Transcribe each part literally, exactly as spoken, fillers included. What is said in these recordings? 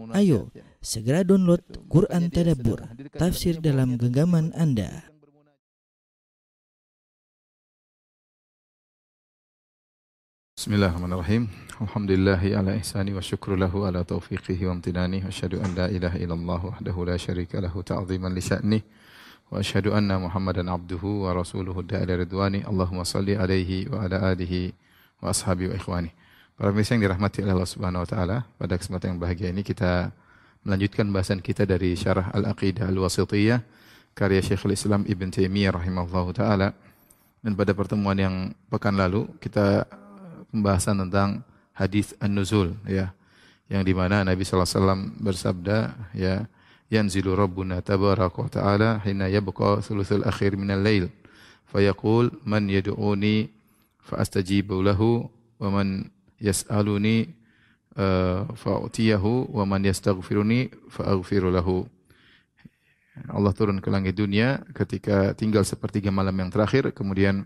Ayo, segera download Quran Tadabbur, tafsir dalam genggaman Anda. Bismillahirrahmanirrahim. Alhamdulillahi ala ihsani wa syukru lahu ala taufiqihi wa amtinani. Wa asyhadu an la ilaha illallah wahdahu la syarika lahu ta'ziman li sya'nih. Wa asyhadu anna Muhammadan abduhu wa rasuluhu da'ila ridwani. Allahumma salli alaihi wa ala alihi wa ashabi wa ikhwani. Para pemirsa yang dirahmati oleh Allah Subhanahu wa taala, pada kesempatan yang bahagia ini kita melanjutkan bahasan kita dari Syarah Al-Aqidah Al-Wasithiyah karya Syekhul Islam Ibn Taimiyah rahimahullahu taala. Dan pada pertemuan yang pekan lalu kita pembahasan tentang hadis An-Nuzul, ya, yang di mana Nabi sallallahu alaihi wasallam bersabda, ya, yanzilu rabbuna tabaraka wa ta'ala hina yabqa thuluthul akhir minal lail fayaqul man yad'uni fa astajibu lahu wa man yas'aluni uh, fa'utiyahu wa man yastaghfiruni fa'aghfiru lahu. Allah turun ke langit dunia ketika tinggal sepertiga malam yang terakhir, kemudian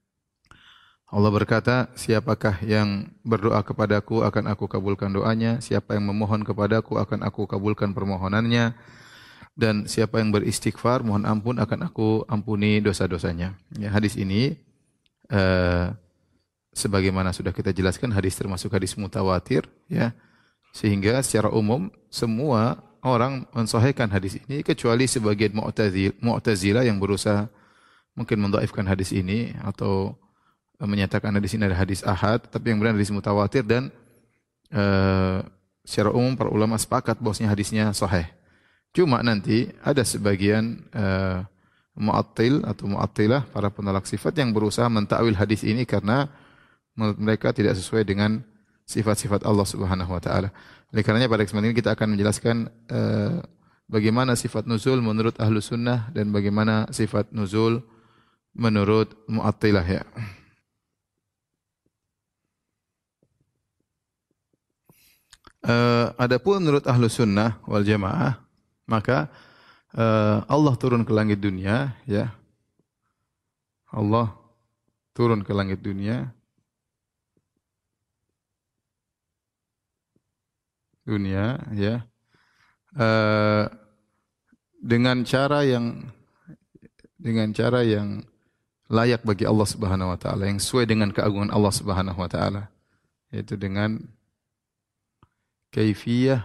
Allah berkata, siapakah yang berdoa kepadaku akan aku kabulkan doanya, siapa yang memohon kepadaku akan aku kabulkan permohonannya, dan siapa yang beristighfar mohon ampun akan aku ampuni dosa-dosanya. Ya, hadis ini uh, sebagaimana sudah kita jelaskan, hadis termasuk hadis mutawatir, ya, sehingga secara umum semua orang mensahihkan hadis ini kecuali sebagian mu'tazil, mu'tazilah yang berusaha mungkin mendhaifkan hadis ini atau menyatakan hadis ini adalah hadis ahad, tapi yang benar hadis mutawatir, dan uh, secara umum para ulama sepakat bahwasanya hadisnya sahih. Cuma nanti ada sebagian uh, mu'attil atau mu'attilah, para penolak sifat yang berusaha mentakwil hadis ini karena menurut mereka tidak sesuai dengan sifat-sifat Allah Subhanahu wa taala. Oleh karenanya pada kesempatan ini kita akan menjelaskan uh, bagaimana sifat nuzul menurut Ahlus Sunnah dan bagaimana sifat nuzul menurut Mu'attilah, ya. Uh, adapun menurut Ahlus Sunnah wal Jamaah, maka uh, Allah turun ke langit dunia, ya. Allah turun ke langit dunia dunia ya uh, dengan cara yang dengan cara yang layak bagi Allah Subhanahu wa taala, yang sesuai dengan keagungan Allah Subhanahu wa taala, yaitu dengan kaifiyah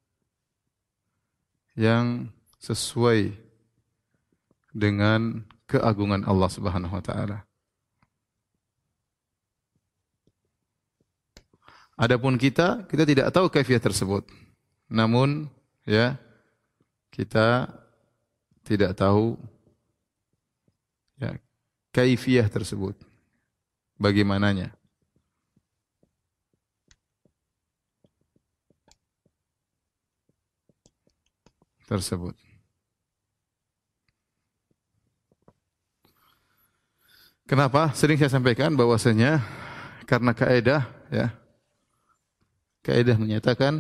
yang sesuai dengan keagungan Allah Subhanahu wa taala. Adapun kita, kita tidak tahu kaifiyah tersebut. Namun, ya, kita tidak tahu, ya, kaifiyah tersebut. Bagaimananya? Tersebut. Kenapa? Sering saya sampaikan bahwasanya karena kaidah, ya, kaidah menyatakan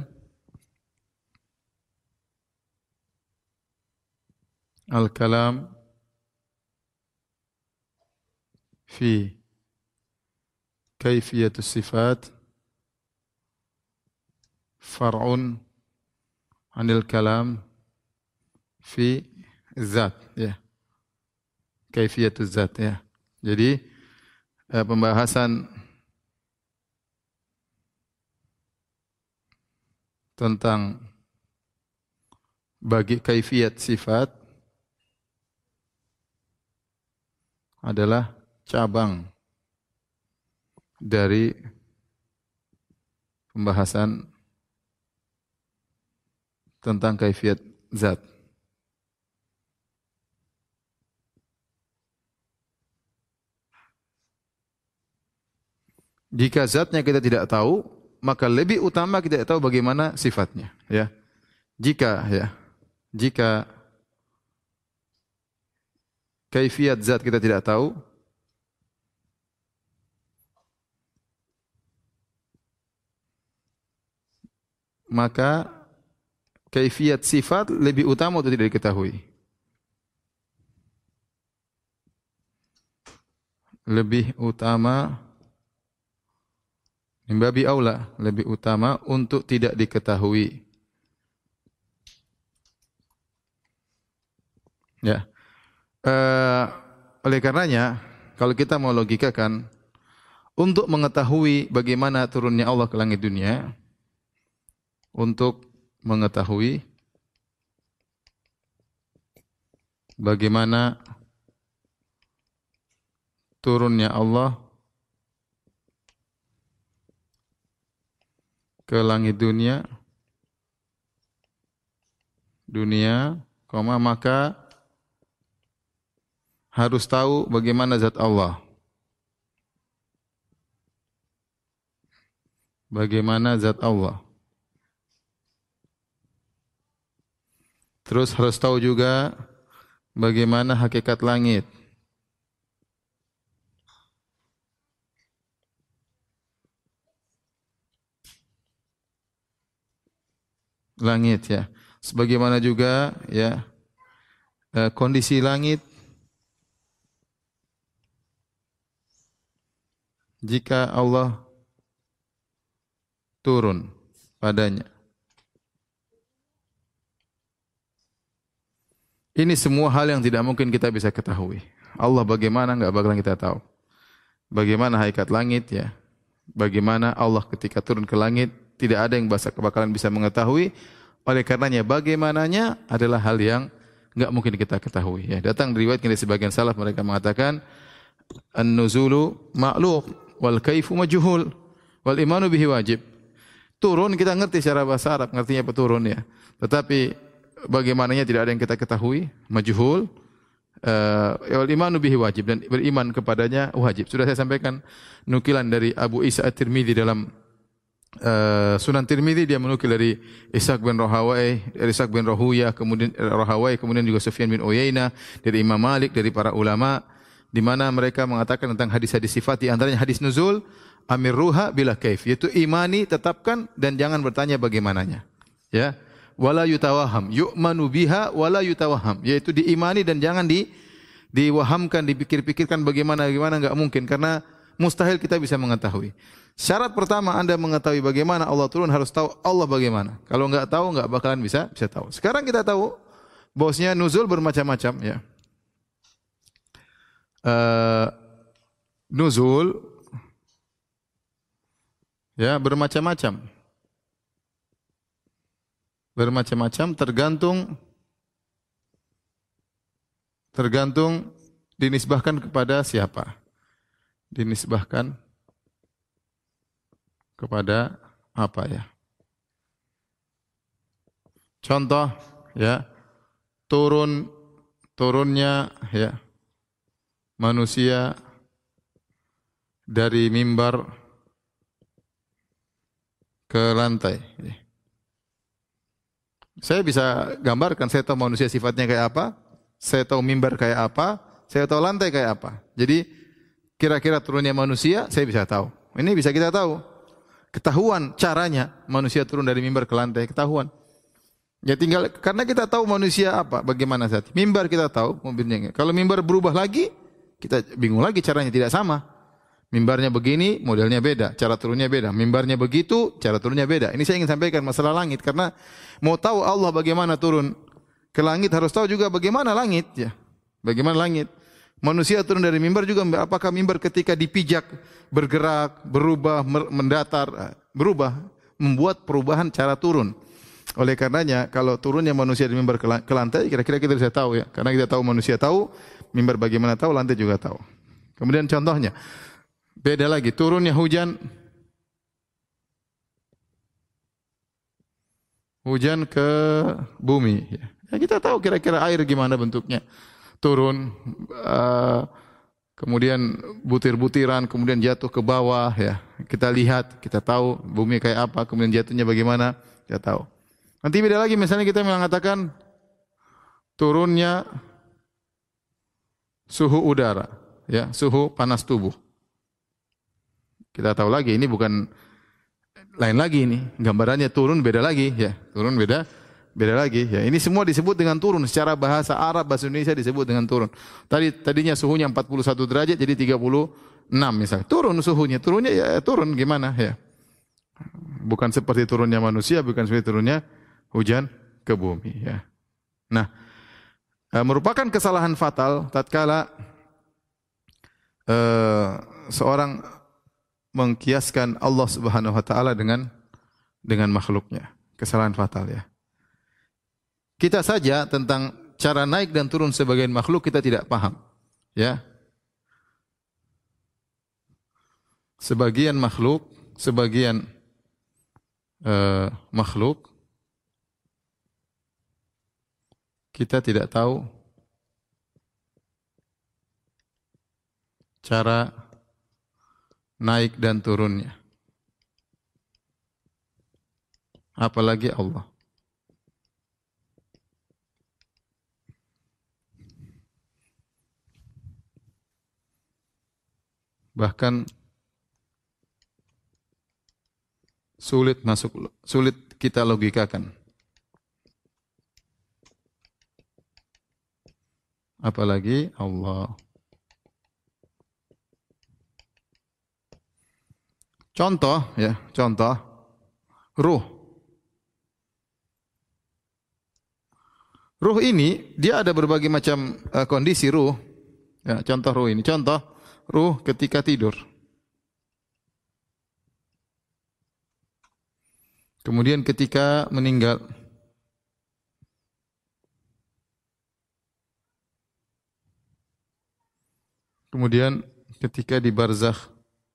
al-kalam fi kaifiyatus sifat far'un 'anil kalam fi zat, ya. Kaifiyatuz zat, ya. Jadi eh, pembahasan tentang bagi kaifiyat sifat adalah cabang dari pembahasan tentang kaifiyat zat. Jika zatnya kita tidak tahu, maka lebih utama kita tidak tahu bagaimana sifatnya, ya. Jika, ya, jika kaifiyat zat kita tidak tahu, maka kaifiyat sifat lebih utama untuk tidak diketahui. Lebih utama, mimbabi aula, lebih utama untuk tidak diketahui. Ya. Uh, oleh karenanya, kalau kita mau logikakan, untuk mengetahui bagaimana turunnya Allah ke langit dunia, untuk mengetahui bagaimana turunnya Allah ke langit dunia, dunia, koma, maka harus tahu bagaimana zat Allah. Bagaimana zat Allah. Terus harus tahu juga bagaimana hakikat langit. Langit ya. Sebagaimana juga ya kondisi langit jika Allah turun padanya. Ini semua hal yang tidak mungkin kita bisa ketahui. Allah bagaimana enggak bakalan kita tahu. Bagaimana hakikat langit ya. Bagaimana Allah ketika turun ke langit, tidak ada yang bakalan bisa mengetahui. Oleh karenanya bagaimananya adalah hal yang enggak mungkin kita ketahui. Ya, datang diriwayatkan dari sebagian salaf, mereka mengatakan an-nuzulu ma'lum wal kaifu majhul wal imanu bihi wajib. Turun kita ngerti secara bahasa Arab, ngertinya apa turun ya. Tetapi bagaimananya tidak ada yang kita ketahui, majhul. Uh, wal imanu bihi wajib, dan beriman kepadanya wajib. Sudah saya sampaikan nukilan dari Abu Isa At-Tirmidzi dalam uh, Sunan Tirmidzi, dia menukil dari Ishaq bin Rahawai, dari Ishaq bin Rahuya, kemudian Rahawai, kemudian juga Sufyan bin Uyainah, dari Imam Malik, dari para ulama, di mana mereka mengatakan tentang hadis-hadis sifat, di antaranya hadis nuzul, amirruha bila kaif, yaitu imani, tetapkan dan jangan bertanya bagaimananya. Ya. Wala yutawaham, yu'manu biha wala yutawaham, yaitu diimani dan jangan di diwahamkan, dipikir-pikirkan bagaimana bagaimana, enggak mungkin, karena mustahil kita bisa mengetahui. Syarat pertama Anda mengetahui bagaimana Allah turun, harus tahu Allah bagaimana. Kalau enggak tahu enggak bakalan bisa bisa tahu. Sekarang kita tahu bahwasanya nuzul bermacam-macam ya. Uh, nuzul ya bermacam-macam. Bermacam-macam tergantung tergantung dinisbahkan kepada siapa. Dinisbahkan kepada apa ya? Contoh ya, turun turunnya ya manusia dari mimbar ke lantai. Saya bisa gambarkan, saya tahu manusia sifatnya kayak apa, saya tahu mimbar kayak apa, saya tahu lantai kayak apa. Jadi kira-kira turunnya manusia saya bisa tahu. Ini bisa kita tahu. Ketahuan caranya manusia turun dari mimbar ke lantai, ketahuan. Ya tinggal karena kita tahu manusia apa, bagaimana saat mimbar kita tahu mobilnya. Kalau mimbar berubah lagi, kita bingung lagi caranya, tidak sama. Mimbarnya begini, modelnya beda, cara turunnya beda. Mimbarnya begitu, cara turunnya beda. Ini saya ingin sampaikan masalah langit, karena mau tahu Allah bagaimana turun ke langit, harus tahu juga bagaimana langit ya. Bagaimana langit. Manusia turun dari mimbar juga, apakah mimbar ketika dipijak bergerak, berubah, mendatar, berubah, membuat perubahan cara turun. Oleh karenanya kalau turunnya manusia dari mimbar ke lantai, kira-kira kita bisa tahu ya. Karena kita tahu manusia tahu, mimbar bagaimana tahu, lantai juga tahu. Kemudian contohnya, beda lagi, turunnya hujan, hujan ke bumi. Ya, kita tahu kira-kira air gimana bentuknya. Turun, uh, kemudian butir-butiran, kemudian jatuh ke bawah. Ya, kita lihat, kita tahu bumi kayak apa, kemudian jatuhnya bagaimana, kita tahu. Nanti beda lagi, misalnya kita mengatakan turunnya suhu udara, ya, suhu panas tubuh. Kita tahu lagi, ini bukan lain lagi, ini gambarannya turun beda lagi ya, turun beda beda lagi ya. Ini semua disebut dengan turun, secara bahasa Arab, bahasa Indonesia disebut dengan turun. Tadi tadinya suhunya empat puluh satu derajat jadi tiga puluh enam misalnya. Turun suhunya, turunnya ya turun gimana ya. Bukan seperti turunnya manusia, bukan seperti turunnya hujan ke bumi ya. Nah, uh, merupakan kesalahan fatal tatkala uh, seorang mengkiaskan Allah Subhanahu wa taala dengan dengan makhluknya. Kesalahan fatal ya. Kita saja tentang cara naik dan turun sebagian makhluk kita tidak paham. Ya. Sebagian makhluk, sebagian uh, makhluk kita tidak tahu cara naik dan turunnya. Apalagi Allah. Bahkan sulit masuk, sulit kita logikakan. Apalagi Allah. Contoh ya, contoh ruh. Ruh ini dia ada berbagai macam uh, kondisi ruh. Ya, contoh ruh ini, contoh ruh ketika tidur. Kemudian ketika meninggal. Kemudian ketika di barzakh.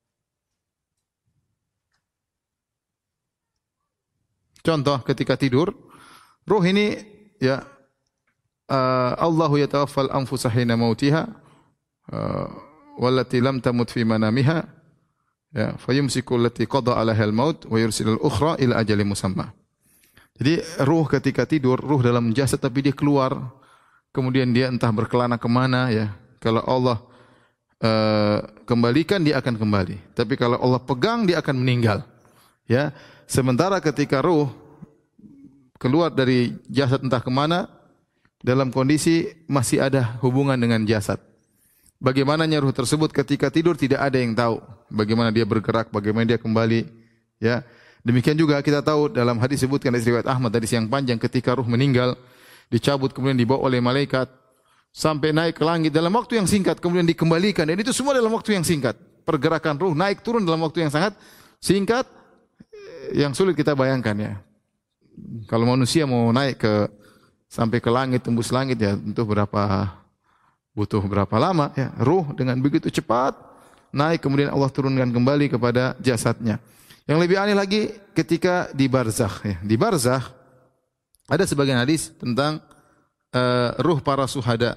Contoh ketika tidur, ruh ini ya uh, Allahu yatawaffal anfusa hina mautiha uh, wallati lam tamut fi manamiha ya fayumsiku allati qada 'alaiha al-maut wa yursilul ukhra ila ajalin musamma. Jadi ruh ketika tidur, ruh dalam jasad tapi dia keluar, kemudian dia entah berkelana kemana ya. Kalau Allah uh, kembalikan dia akan kembali, tapi kalau Allah pegang dia akan meninggal. Ya, sementara ketika ruh keluar dari jasad entah kemana, dalam kondisi masih ada hubungan dengan jasad. Bagaimananya ruh tersebut ketika tidur tidak ada yang tahu. Bagaimana dia bergerak, bagaimana dia kembali. Ya, demikian juga kita tahu dalam hadis disebutkan dari riwayat Ahmad dari siang panjang ketika ruh meninggal, dicabut kemudian dibawa oleh malaikat sampai naik ke langit dalam waktu yang singkat, kemudian dikembalikan. Dan itu semua dalam waktu yang singkat. Pergerakan ruh naik turun dalam waktu yang sangat singkat, yang sulit kita bayangkan ya. Kalau manusia mau naik ke sampai ke langit, tembus langit ya tentu berapa butuh berapa lama ya. Ruh dengan begitu cepat naik kemudian Allah turunkan kembali kepada jasadnya. Yang lebih aneh lagi ketika di barzakh ya. Di barzakh ada sebagian hadis tentang uh, ruh para syuhada.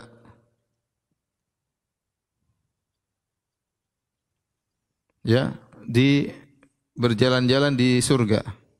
Ya, di berjalan-jalan di surga.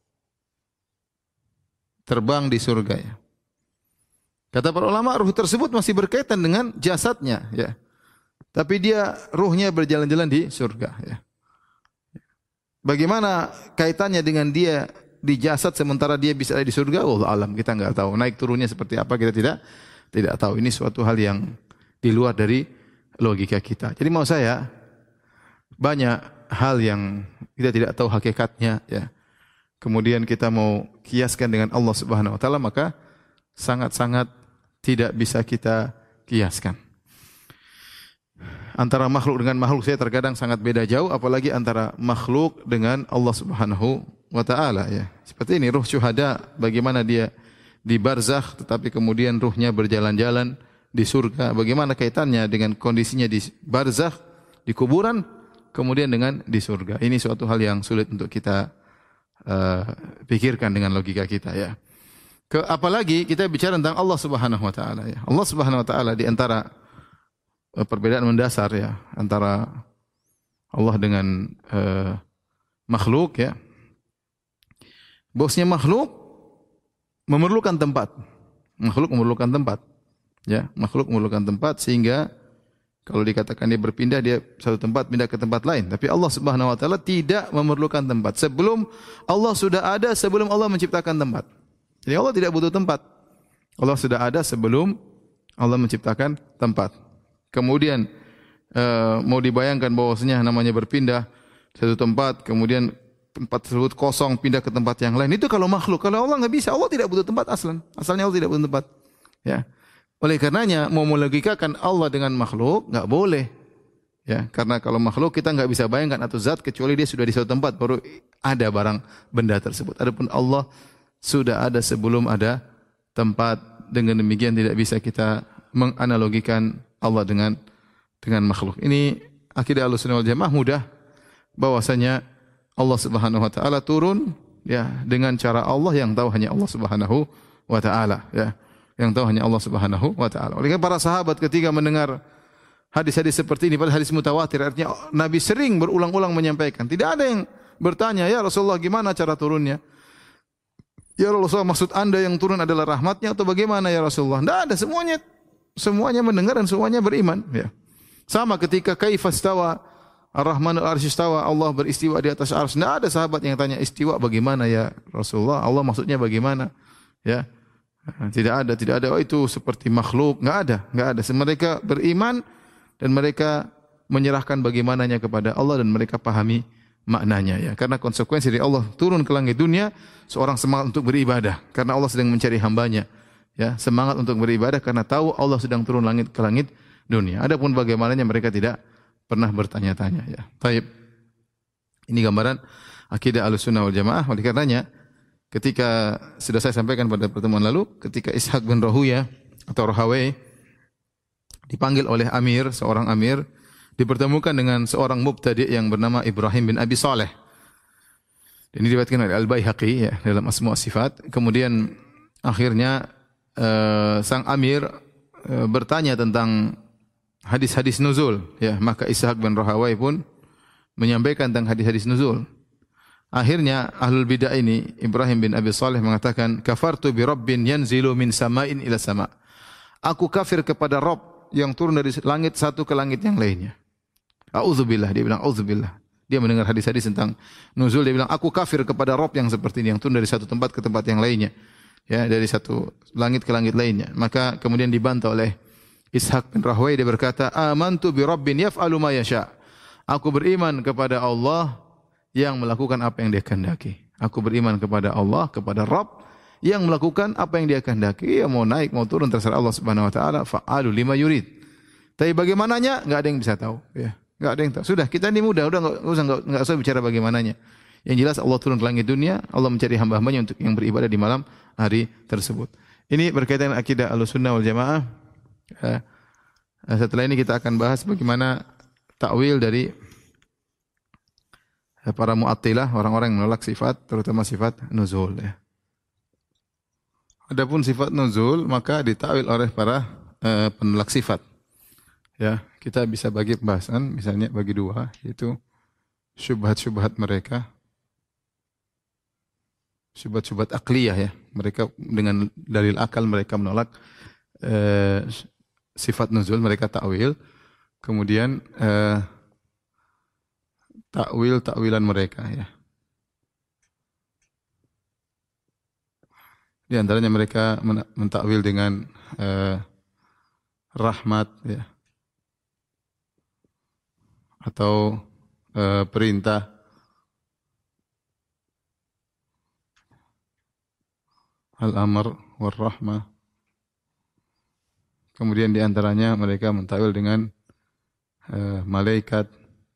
Terbang di surga ya. Kata para ulama ruh tersebut masih berkaitan dengan jasadnya ya. Tapi dia ruhnya berjalan-jalan di surga ya. Bagaimana kaitannya dengan dia di jasad sementara dia bisa ada di surga? Wallahu alam, kita enggak tahu. Naik turunnya seperti apa kita tidak tidak tahu. Ini suatu hal yang di luar dari logika kita. Jadi mau saya banyak hal yang kita tidak tahu hakikatnya ya. Kemudian kita mau kiaskan dengan Allah Subhanahu wa taala, maka sangat-sangat tidak bisa kita kiaskan. Antara makhluk dengan makhluk saya terkadang sangat beda jauh, apalagi antara makhluk dengan Allah Subhanahu wa taala ya. Seperti ini ruh syuhada, bagaimana dia di barzakh tetapi kemudian ruhnya berjalan-jalan di surga. Bagaimana kaitannya dengan kondisinya di barzakh, di kuburan, kemudian dengan di surga. Ini suatu hal yang sulit untuk kita uh, pikirkan dengan logika kita ya. Ke, apalagi kita bicara tentang Allah Subhanahu wa taala ya. Allah Subhanahu wa taala di antara uh, perbedaan mendasar ya antara Allah dengan uh, makhluk ya. Bosnya makhluk memerlukan tempat. Makhluk memerlukan tempat. Ya, makhluk memerlukan tempat sehingga kalau dikatakan dia berpindah, dia satu tempat pindah ke tempat lain. Tapi Allah Subhanahu wa taala tidak memerlukan tempat. Sebelum Allah sudah ada, sebelum Allah menciptakan tempat. Jadi Allah tidak butuh tempat. Allah sudah ada sebelum Allah menciptakan tempat. Kemudian uh, mau dibayangkan bahwasanya namanya berpindah satu tempat, kemudian tempat tersebut kosong pindah ke tempat yang lain. Itu kalau makhluk. Kalau Allah enggak bisa. Allah tidak butuh tempat aslan. Asalnya Allah tidak butuh tempat. Ya. Oleh karenanya mau melogikakan Allah dengan makhluk enggak boleh. Ya, karena kalau makhluk kita enggak bisa bayangkan atau zat kecuali dia sudah di suatu tempat baru ada barang benda tersebut. Adapun Allah sudah ada sebelum ada tempat. Dengan demikian tidak bisa kita menganalogikan Allah dengan dengan makhluk. Ini akidah Ahlussunnah wal Jamaah mudah bahwasanya Allah Subhanahu wa taala turun ya dengan cara Allah yang tahu hanya Allah Subhanahu wa taala ya. Yang tahu hanya Allah Subhanahu wa taala. Oleh karena para sahabat ketika mendengar hadis-hadis seperti ini pada hadis mutawatir artinya Nabi sering berulang-ulang menyampaikan. Tidak ada yang bertanya, "Ya Rasulullah, gimana cara turunnya?" "Ya Rasulullah, maksud Anda yang turun adalah rahmatnya atau bagaimana ya Rasulullah?" Tidak ada, semuanya semuanya mendengar dan semuanya beriman. Ya. Sama ketika kaifa istawa Ar-Rahman al-Arsy istawa, Allah beristiwa di atas arsy. Tidak ada sahabat yang tanya istiwa bagaimana ya Rasulullah, Allah maksudnya bagaimana? Ya. Tidak ada, tidak ada oh itu seperti makhluk, enggak ada, enggak ada. Mereka beriman dan mereka menyerahkan bagaimananya kepada Allah dan mereka pahami maknanya ya. Karena konsekuensi dari Allah turun ke langit dunia, seorang semangat untuk beribadah karena Allah sedang mencari hambanya. Ya, semangat untuk beribadah karena tahu Allah sedang turun langit ke langit dunia. Adapun bagaimananya mereka tidak pernah bertanya-tanya ya. Taib. Ini gambaran akidah Ahlussunnah wal Jamaah. Oleh karenanya ketika sudah saya sampaikan pada pertemuan lalu, ketika Ishaq bin Rahuya atau Rahawai dipanggil oleh Amir, seorang Amir, dipertemukan dengan seorang mubtadi' yang bernama Ibrahim bin Abi Saleh. Ini diriwayatkan oleh Al-Baihaqi ya, dalam Asma' Sifat. Kemudian akhirnya uh, sang Amir uh, bertanya tentang hadis-hadis nuzul ya, maka Ishaq bin Rahawai pun menyampaikan tentang hadis-hadis nuzul. Akhirnya ahlul bidah ini Ibrahim bin Abi Saleh mengatakan, "Kafartu bi rabbin yanzilu min sama'in ila sama'." Aku kafir kepada Rabb yang turun dari langit satu ke langit yang lainnya. A'udzubillah, dia bilang a'udzubillah. Dia mendengar hadis-hadis tentang nuzul, dia bilang aku kafir kepada Rabb yang seperti ini, yang turun dari satu tempat ke tempat yang lainnya. Ya, dari satu langit ke langit lainnya. Maka kemudian dibantah oleh Ishaq bin Rahway, dia berkata, "Amantu bi rabbin yaf'alu ma yasha." Aku beriman kepada Allah yang melakukan apa yang dia kehendaki. Aku beriman kepada Allah, kepada Rabb yang melakukan apa yang dia kehendaki. Ya, mau naik, mau turun terserah Allah Subhanahu wa taala, fa'alu lima yurid. Tapi bagaimananya enggak ada yang bisa tahu, ya. Enggak ada yang tahu. Sudah, kita ini mudah, udah enggak usah enggak, enggak usah bicara bagaimananya. Yang jelas Allah turun ke langit dunia, Allah mencari hamba-hambanya untuk yang beribadah di malam hari tersebut. Ini berkaitan dengan akidah Ahlussunnah wal Jamaah. Ya. Setelah ini kita akan bahas bagaimana takwil dari para Mu'attilah, orang-orang yang menolak sifat, terutama sifat nuzul ya. Adapun sifat nuzul maka ditakwil oleh para uh, penolak sifat. Ya, kita bisa bagi pembahasan misalnya bagi dua, yaitu syubhat-syubhat mereka. Syubhat-syubhat akliyah ya. Mereka dengan dalil akal mereka menolak uh, sifat nuzul, mereka takwil. Kemudian uh, takwil-takwilan mereka ya. Di antaranya mereka mentakwil dengan uh, rahmat ya, atau uh, perintah, al-amr wal rahmah. Kemudian di antaranya mereka mentakwil dengan uh, malaikat,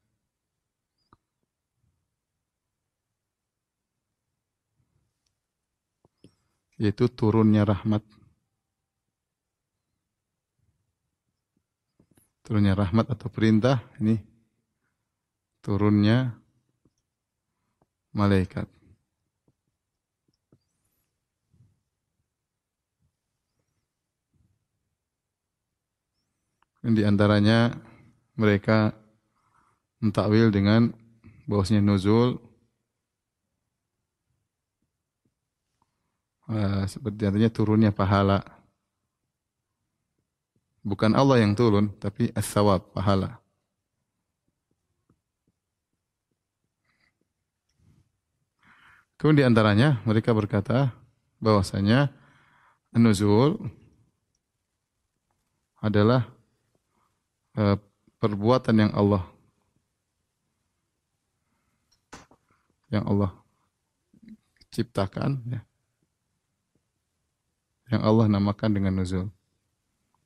yaitu turunnya rahmat. Turunnya rahmat atau perintah, ini turunnya malaikat. Dan di antaranya mereka mentakwil dengan bahwasanya nuzul Uh, seperti artinya turunnya pahala. Bukan Allah yang turun, tapi as-sawab, pahala. Kemudian di antaranya mereka berkata bahwasanya nuzul adalah uh, perbuatan yang Allah yang Allah ciptakan ya, yang Allah namakan dengan nuzul.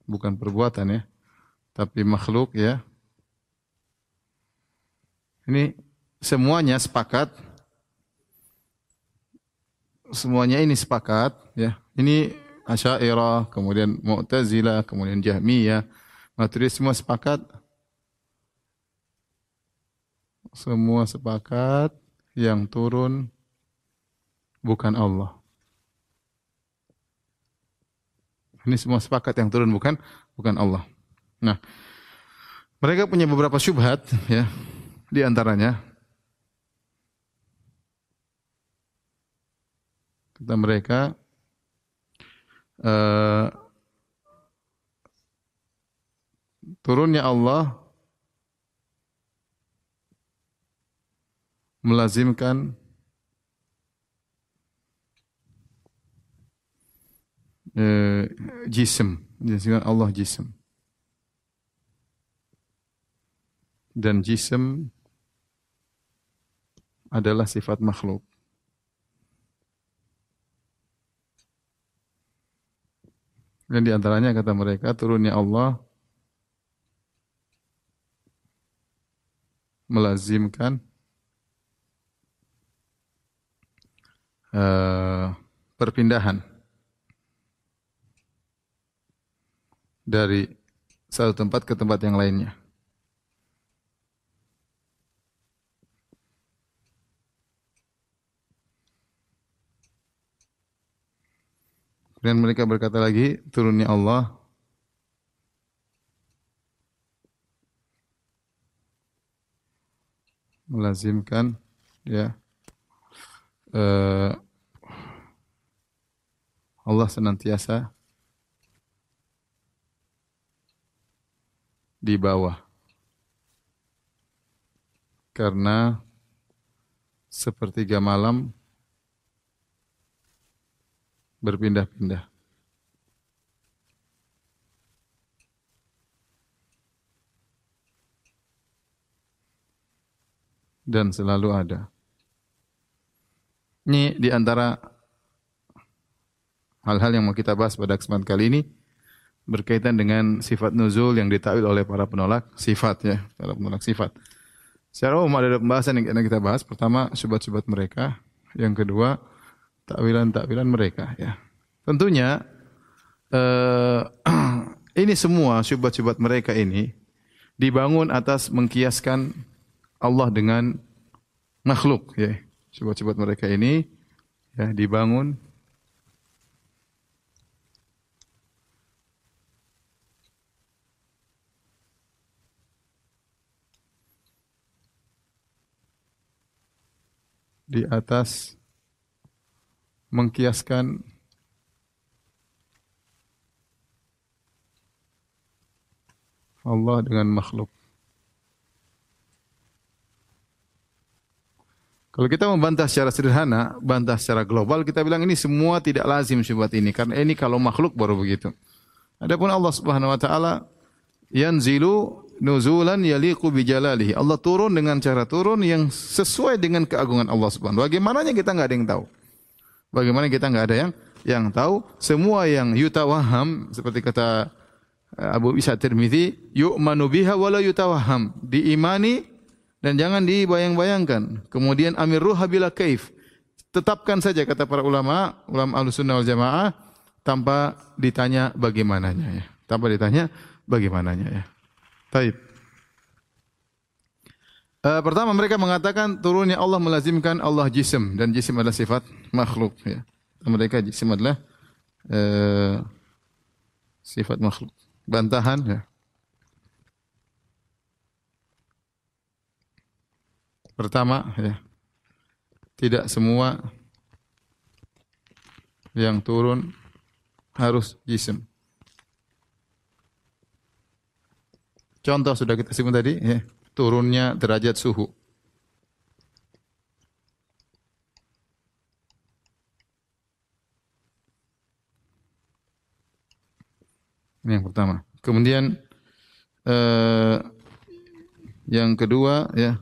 bukan perbuatan ya, tapi makhluk ya. Ini semuanya sepakat, semuanya ini sepakat ya. Ini Asy'ariyah, kemudian Mu'tazilah, kemudian Jahmiyah, Maturidiyah semua sepakat. Semua sepakat yang turun bukan Allah. Ini semua sepakat yang turun bukan bukan Allah. Nah, mereka punya beberapa syubhat ya. Di antaranya kata mereka uh, turunnya Allah melazimkan uh, jism, melazimkan Allah jism. Dan jism adalah sifat makhluk. Dan di antaranya kata mereka turunnya Allah melazimkan uh, perpindahan dari satu tempat ke tempat yang lainnya. Dan mereka berkata lagi, turunnya Allah melazimkan ya uh, Allah senantiasa di bawah karena sepertiga malam berpindah-pindah. Dan selalu ada. Ini di antara hal-hal yang mau kita bahas pada kesempatan kali ini berkaitan dengan sifat nuzul yang ditakwil oleh para penolak sifat ya, para penolak sifat. Secara umum ada pembahasan yang kita bahas. Pertama, syubhat-syubhat mereka. Yang kedua, takwilan-takwilan mereka ya. Tentunya eh, ini semua syubhat-syubhat mereka ini dibangun atas mengkiaskan Allah dengan makhluk ya. Syubhat-syubhat mereka ini ya dibangun di atas mengkiaskan Allah dengan makhluk. Kalau kita membantah secara sederhana, bantah secara global, kita bilang ini semua tidak lazim syubhat ini. Karena ini kalau makhluk baru begitu. Adapun Allah Subhanahu wa taala yanzilu nuzulan yaliqu bijalalihi. Allah turun dengan cara turun yang sesuai dengan keagungan Allah Subhanahu. Bagaimananya kita enggak ada yang tahu. Bagaimana kita enggak ada yang yang tahu. Semua yang yutawaham seperti kata Abu Isa Tirmizi, yu'manu biha wa la yutawaham. Diimani dan jangan dibayang-bayangkan. Kemudian amirruha bila kaif. Tetapkan saja kata para ulama, ulama Ahlussunnah wal Jamaah tanpa ditanya bagaimananya ya. Tanpa ditanya bagaimananya ya. Taib. Uh, pertama mereka mengatakan turunnya Allah melazimkan Allah jism dan jism adalah sifat makhluk ya. Mereka jism adalah uh, sifat makhluk. Bantahan ya. Pertama ya. Tidak semua yang turun harus jism. Contoh sudah kita sebut tadi ya. Turunnya derajat suhu. Ini yang pertama. Kemudian eh, yang kedua ya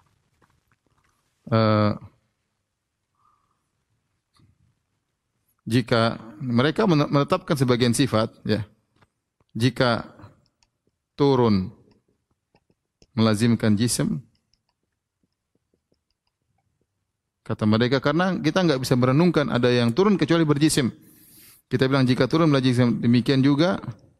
eh, jika mereka menetapkan sebagian sifat, ya, jika turun melazimkan jisim, kata mereka, karena kita enggak bisa merenungkan ada yang turun kecuali berjisim. Kita bilang jika turun melazimkan, demikian juga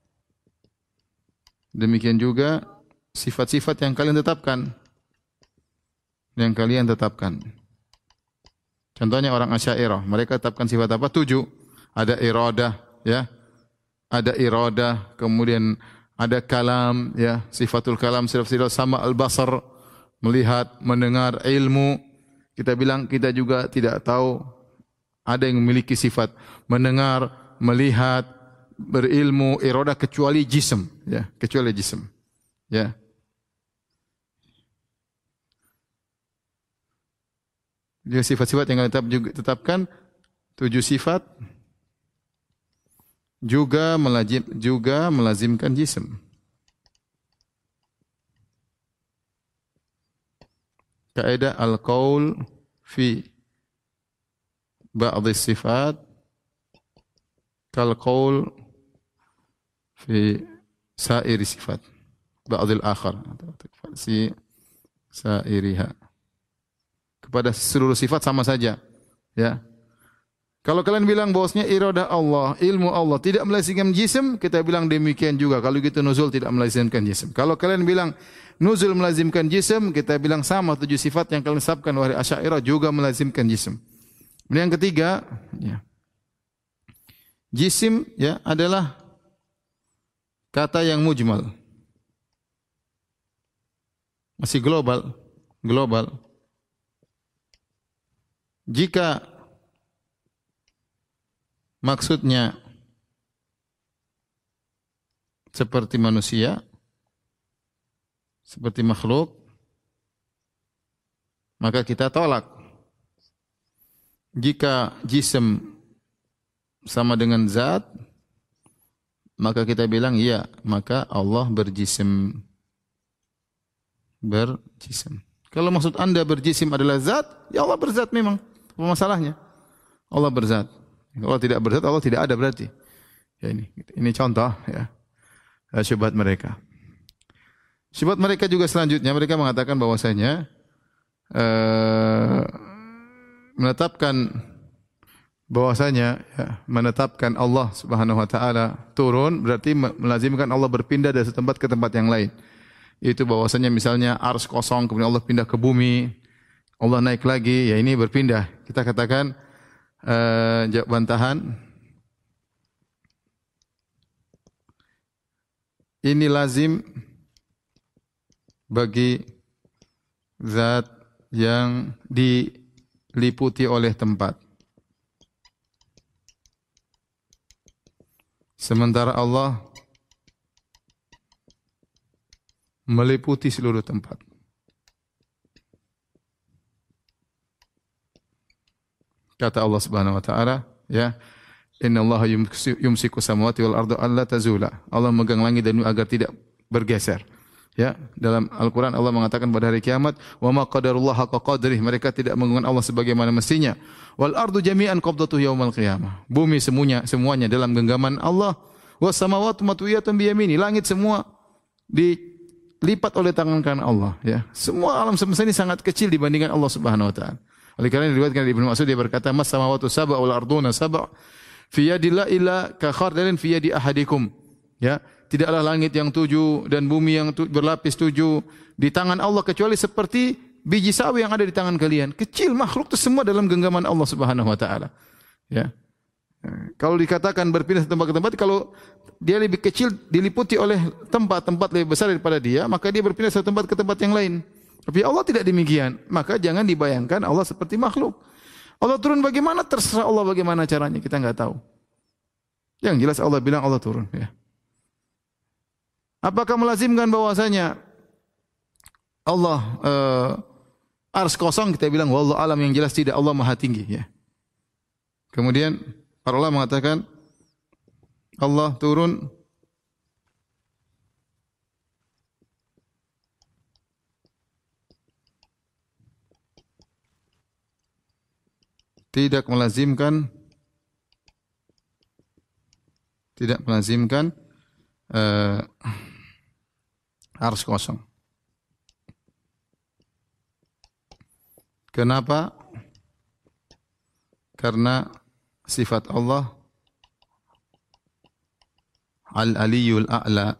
demikian juga sifat-sifat yang kalian tetapkan. Yang kalian tetapkan. Contohnya orang Asy'ariyah, mereka tetapkan sifat apa? Tujuh. Ada iradah, ya. Ada iradah, kemudian ada kalam, ya, sifatul kalam, sifat sama al-basar, melihat, mendengar, ilmu. Kita bilang kita juga tidak tahu ada yang memiliki sifat mendengar, melihat, berilmu, iradah kecuali jism, ya, kecuali jism. Ya. Dia sifat-sifat yang tetap juga tetapkan tujuh sifat juga melazim juga melazimkan jism. Kaidah al-qaul fi ba'd as-sifat kal qaul fi sa'iri sifat ba'd al-akhar si sa'iriha. Kepada seluruh sifat sama saja, ya. Kalau kalian bilang bahwasanya iradah Allah, ilmu Allah tidak melazimkan jisim, kita bilang demikian juga. Kalau gitu nuzul tidak melazimkan jisim. Kalau kalian bilang nuzul melazimkan jisim, kita bilang sama, tujuh sifat yang kalian tetapkan wahai Asy'ariyah juga melazimkan jisim. Kemudian yang ketiga, ya. Jisim, ya, adalah kata yang mujmal. Masih global, global. Jika maksudnya seperti manusia, seperti makhluk, maka kita tolak. Jika jisim sama dengan zat, maka kita bilang iya, maka Allah berjisim. Berjisim. Kalau maksud Anda berjisim adalah zat, ya Allah berzat memang. Apa masalahnya? Allah berzat. Kalau tidak berzat, Allah tidak ada berarti. Ya ini, ini contoh, ya, syubhat mereka. Syubhat mereka juga selanjutnya, mereka mengatakan bahwasanya uh, menetapkan bahwasanya, ya, menetapkan Allah Subhanahu wa taala turun berarti melazimkan Allah berpindah dari tempat ke tempat yang lain. Itu bahwasanya misalnya ars kosong kemudian Allah pindah ke bumi. Allah naik lagi, ya ini berpindah. Kita katakan uh, bantahan. Ini lazim bagi zat yang diliputi oleh tempat. Sementara Allah meliputi seluruh tempat. Kata Allah Subhanahu wa taala, ya, innallaha yumsiku samawati wal arda alla tazula. Allah megang langit dan bumi agar tidak bergeser. Ya, dalam Al-Qur'an Allah mengatakan pada hari kiamat, wa ma qadarullah haqqa qadrih, mereka tidak mengagungkan Allah sebagaimana mestinya. Wal ardu jami'an qabdatuhu yaumal qiyamah. Bumi semuanya semuanya dalam genggaman Allah. Was samawati matwiyatun bi yamini, langit semua dilipat oleh tangan kanan Allah, ya. Semua alam semesta ini sangat kecil dibandingkan Allah Subhanahu wa taala. Oleh karena diriwayatkan dari Ibnu Mas'ud, dia berkata, "Mas samawati sab'a wal arduna sab'a fi yadillah illa ka khardalin fi yadi ahadikum." Ya, tidaklah langit yang tujuh dan bumi yang tu, berlapis tujuh di tangan Allah kecuali seperti biji sawi yang ada di tangan kalian. Kecil, makhluk itu semua dalam genggaman Allah Subhanahu wa taala. Ya. Kalau dikatakan berpindah tempat ke tempat, kalau dia lebih kecil diliputi oleh tempat-tempat lebih besar daripada dia, maka dia berpindah satu tempat ke tempat yang lain. Tapi Allah tidak demikian. Maka jangan dibayangkan Allah seperti makhluk. Allah turun bagaimana? Terserah Allah bagaimana caranya. Kita enggak tahu. Yang jelas Allah bilang Allah turun. Ya. Apakah melazimkan bahwasanya Allah uh, ars kosong? Kita bilang wallahu alam, yang jelas tidak. Allah maha tinggi. Ya. Kemudian para ulama mengatakan Allah turun tidak melazimkan Tidak melazimkan uh, arsy kosong. Kenapa? Karena sifat Allah Al-Aliyul A'la.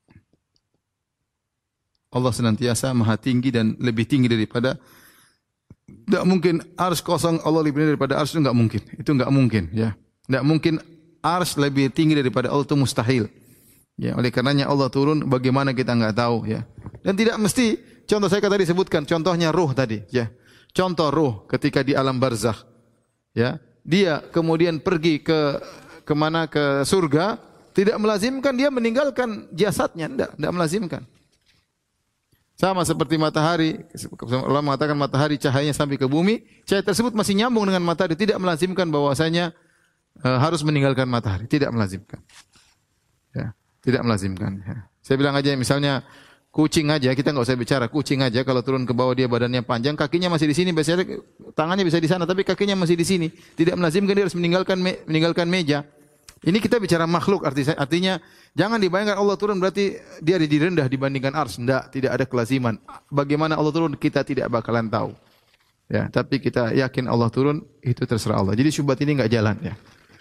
Allah senantiasa maha tinggi dan lebih tinggi daripada, tidak mungkin arsy kosong Allah lebih tinggi daripada arsy, itu enggak mungkin. Itu enggak mungkin, ya. Enggak mungkin arsy lebih tinggi daripada Allah, itu mustahil. Ya, oleh karenanya Allah turun, bagaimana kita enggak tahu, ya. Dan tidak mesti, contoh saya tadi sebutkan, contohnya ruh tadi, ya. Contoh ruh ketika di alam barzakh, ya. Dia kemudian pergi ke kemana, ke surga, tidak melazimkan dia meninggalkan jasadnya, enggak, enggak melazimkan. Sama seperti matahari, Allah mengatakan matahari cahayanya sampai ke bumi, cahaya tersebut masih nyambung dengan matahari, tidak melazimkan bahwasanya e, harus meninggalkan matahari, tidak melazimkan. Ya, tidak melazimkan. Ya. Saya bilang aja misalnya kucing aja, kita enggak usah bicara, kucing aja kalau turun ke bawah dia badannya panjang, kakinya masih di sini, biasanya tangannya bisa di sana, tapi kakinya masih di sini. Tidak melazimkan dia harus meninggalkan me, meninggalkan meja. Ini kita bicara makhluk, artinya, artinya jangan dibayangkan Allah turun berarti dia lebih rendah dibandingkan arsy. Tidak, tidak ada kelaziman. Bagaimana Allah turun kita tidak bakalan tahu. Ya, tapi kita yakin Allah turun, itu terserah Allah. Jadi syubhat ini enggak jalan, ya.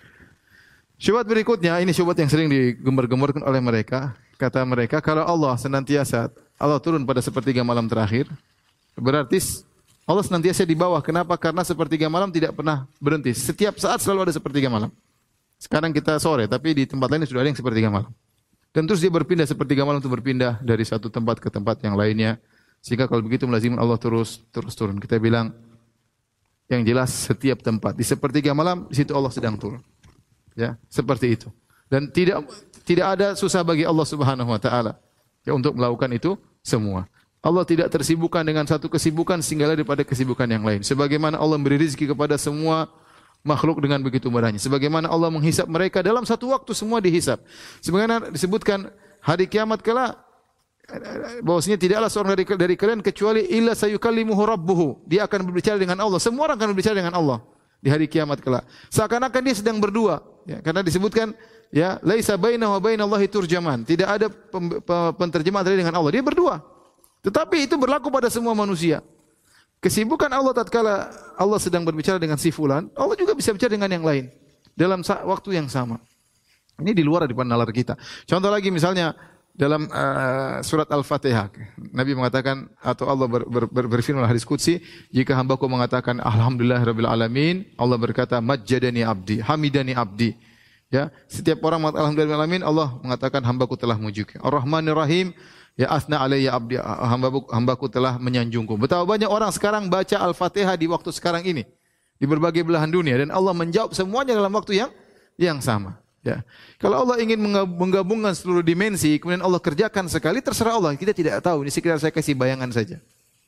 Syubhat berikutnya, ini syubhat yang sering digembar-gemborkan oleh mereka. Kata mereka, kalau Allah senantiasa Allah turun pada sepertiga malam terakhir, berarti Allah senantiasa di bawah. Kenapa? Karena sepertiga malam tidak pernah berhenti. Setiap saat selalu ada sepertiga malam. Sekarang kita sore, tapi di tempat lain sudah ada yang sepertiga malam. Dan terus dia berpindah sepertiga malam itu berpindah dari satu tempat ke tempat yang lainnya. Sehingga kalau begitu melazimkan Allah terus terus turun. Kita bilang yang jelas setiap tempat di sepertiga malam di situ Allah sedang turun. Ya, seperti itu. Dan tidak tidak ada susah bagi Allah Subhanahu wa taala ya untuk melakukan itu semua. Allah tidak tersibukkan dengan satu kesibukan sehingga daripada kesibukan yang lain. Sebagaimana Allah memberi rezeki kepada semua makhluk dengan begitu mudahnya. Sebagaimana Allah menghisap mereka dalam satu waktu semua dihisap. Sebagaimana disebutkan hari kiamat kala bahwasanya tidaklah seorang dari, dari kalian kecuali illa sayukallimuhu rabbuhu. Dia akan berbicara dengan Allah. Semua orang akan berbicara dengan Allah di hari kiamat kala. Seakan-akan dia sedang berdua. Ya, karena disebutkan ya laisa bainahu wa bainallahi turjaman. Tidak ada penterjemah dari dengan Allah. Dia berdua. Tetapi itu berlaku pada semua manusia. Kesibukan Allah tatkala Allah sedang berbicara dengan si fulan, Allah juga bisa bicara dengan yang lain dalam waktu yang sama. Ini di luar daripada nalar kita. Contoh lagi misalnya dalam uh, surat Al-Fatihah, Nabi mengatakan atau Allah ber, ber, ber, berfirman dalam hadis qudsi, jika hambaku mengatakan alhamdulillahirabbil alamin, Allah berkata majjadani abdi, hamidani abdi. Ya, setiap orang mengatakan alhamdulillahirabbil alamin, Allah mengatakan hambaku telah memujiku. Ar-Rahmanir Rahim, ya asna alayya abdi, hambaku, hambaku telah menyanjungku. Betapa banyak orang sekarang baca Al-Fatihah di waktu sekarang ini di berbagai belahan dunia dan Allah menjawab semuanya dalam waktu yang yang sama. Ya. Kalau Allah ingin menggabungkan seluruh dimensi, kemudian Allah kerjakan sekali, terserah Allah. Kita tidak tahu. Ini sekedar saya kasih bayangan saja.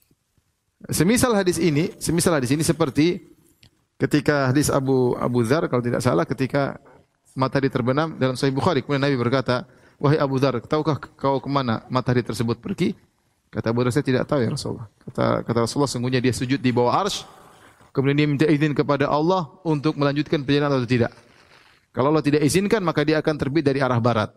Semisal hadis ini, semisal hadis ini seperti ketika hadis Abu Abu Dzar kalau tidak salah ketika matahari terbenam dalam Sahih Bukhari, kemudian Nabi berkata, wahai Abu Dzar, tahukah kau kemana matahari tersebut pergi? Kata Abu Dzar, saya tidak tahu ya Rasulullah. Kata, kata Rasulullah, sungguhnya dia sujud di bawah arsy, kemudian dia minta izin kepada Allah untuk melanjutkan perjalanan atau tidak. Kalau Allah tidak izinkan, maka dia akan terbit dari arah barat.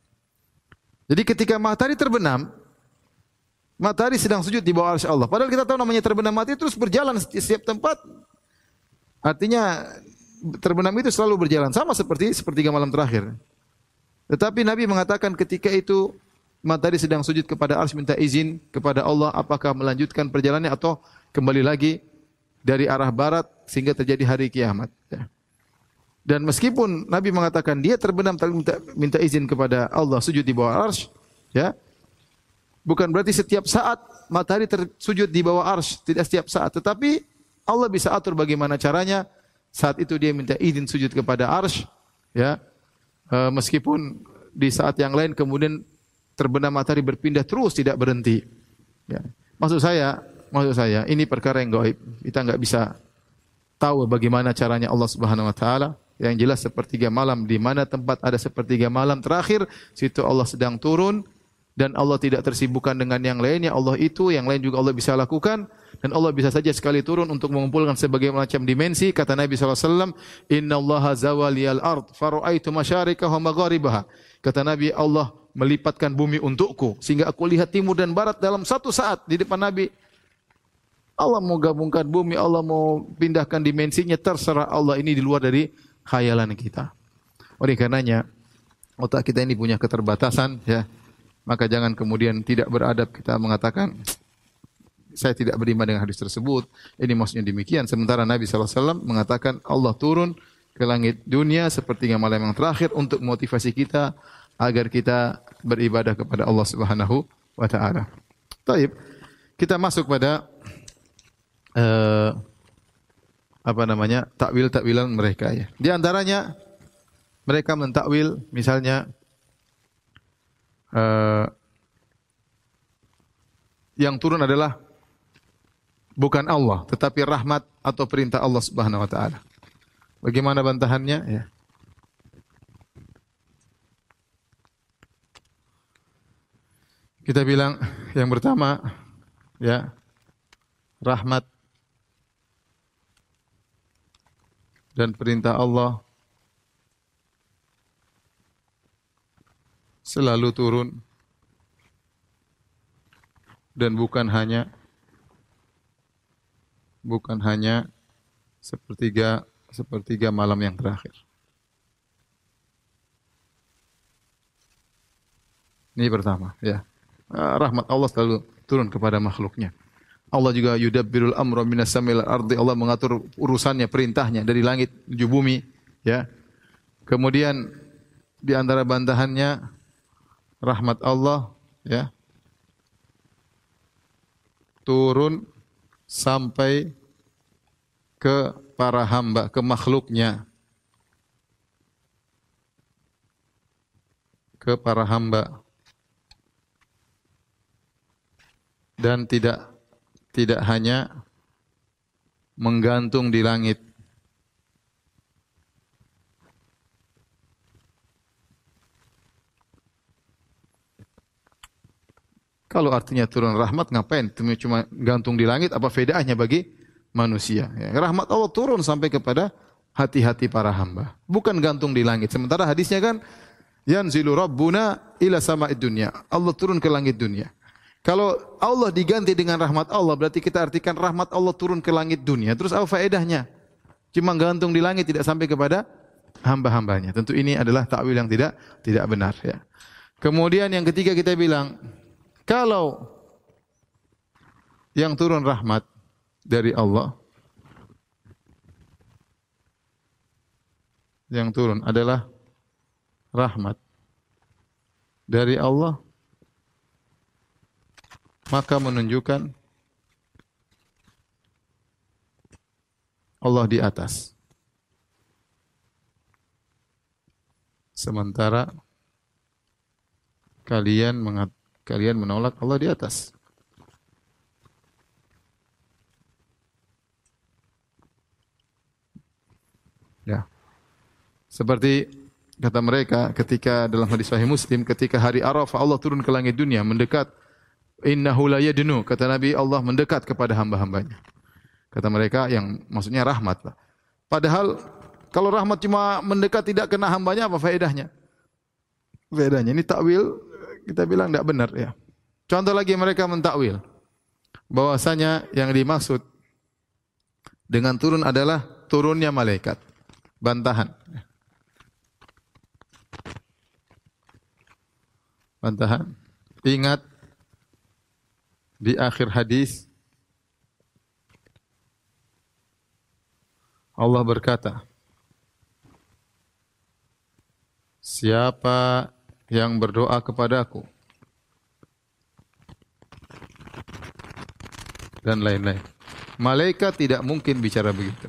Jadi ketika matahari terbenam, matahari sedang sujud di bawah arsy Allah. Padahal kita tahu namanya terbenam matahari terus berjalan di setiap tempat. Artinya terbenam itu selalu berjalan, sama seperti sepertiga malam terakhir. Tetapi Nabi mengatakan ketika itu matahari sedang sujud kepada arsy, minta izin kepada Allah apakah melanjutkan perjalanannya atau kembali lagi dari arah barat sehingga terjadi hari kiamat. Ya. Dan meskipun Nabi mengatakan dia terbenam minta, minta izin kepada Allah sujud di bawah arsy, ya, bukan berarti setiap saat matahari tersujud di bawah arsy, tidak setiap saat. Tetapi Allah bisa atur bagaimana caranya. Saat itu dia minta izin sujud kepada arsy, ya. E, meskipun di saat yang lain kemudian terbenam matahari berpindah terus tidak berhenti. Ya. Maksud saya, maksud saya ini perkara yang gaib. Kita enggak bisa tahu bagaimana caranya Allah Subhanahu wa taala. Yang jelas sepertiga malam, di mana tempat ada sepertiga malam terakhir, situ Allah sedang turun dan Allah tidak tersibukkan dengan yang lainnya. Allah itu, yang lain juga Allah bisa lakukan, dan Allah bisa saja sekali turun untuk mengumpulkan sebagai macam dimensi. Kata Nabi sallallahu alaihi wasallam, "Innallaha zawaliyal ard, fara'aitu masyarikaha wa magharibaha." Kata Nabi, Allah melipatkan bumi untukku sehingga aku lihat timur dan barat dalam satu saat di depan Nabi. Allah mau gabungkan bumi, Allah mau pindahkan dimensinya, terserah Allah, ini di luar dari khayalan kita. Oleh karenanya, otak kita ini punya keterbatasan, ya. Maka jangan kemudian tidak beradab kita mengatakan, saya tidak beriman dengan hadis tersebut, ini maksudnya demikian. Sementara Nabi sallallahu alaihi wasallam mengatakan Allah turun ke langit dunia sepertiga malam yang terakhir untuk motivasi kita agar kita beribadah kepada Allah Subhanahu wa taala. Baik, kita masuk pada uh, apa namanya? takwil-takwilan mereka, ya. Di antaranya mereka mentakwil misalnya uh, yang turun adalah bukan Allah, tetapi rahmat atau perintah Allah Subhanahu wa taala. Bagaimana bantahannya? Ya. Kita bilang yang pertama, ya, rahmat dan perintah Allah selalu turun dan bukan hanya bukan hanya sepertiga sepertiga malam yang terakhir. Ini pertama, ya. Rahmat Allah selalu turun kepada makhluknya. Allah juga yudabbirul amra minas samil ardi. Allah mengatur urusannya, perintahnya dari langit menuju bumi, ya. Kemudian di antara bantahannya rahmat Allah, ya, turun sampai ke para hamba, ke makhluknya, ke para hamba, dan tidak tidak hanya menggantung di langit. Kalau artinya turun rahmat, ngapain? Cuma gantung di langit, apa bedanya bagi manusia? Ya, rahmat Allah turun sampai kepada hati-hati para hamba, bukan gantung di langit. Sementara hadisnya kan, yanzilu rabbuna ila sama'id dunya. Allah turun ke langit dunia. Kalau Allah diganti dengan rahmat Allah, berarti kita artikan rahmat Allah turun ke langit dunia. Terus apa faedahnya? Cuma gantung di langit, tidak sampai kepada hamba-hambanya. Tentu ini adalah takwil yang tidak tidak benar, ya. Kemudian yang ketiga kita bilang, kalau yang turun rahmat dari Allah, yang turun adalah rahmat dari Allah, maka menunjukkan Allah di atas. Sementara kalian mengat, kalian menolak Allah di atas. Ya. Seperti kata mereka ketika dalam hadis Sahih Muslim, ketika hari Arafah Allah turun ke langit dunia, mendekat. Innahu la yadnu, kata Nabi, Allah mendekat kepada hamba-hambanya. Kata mereka yang maksudnya rahmat. Padahal kalau rahmat cuma mendekat tidak kena hambanya, apa faedahnya? Faedahnya ini takwil, kita bilang tidak benar, ya. Contoh lagi mereka mentakwil bahwasanya yang dimaksud dengan turun adalah turunnya malaikat. Bantahan. Bantahan. Ingat di akhir hadis Allah berkata, siapa yang berdoa kepadaku dan lain-lain. Malaikat tidak mungkin bicara begitu.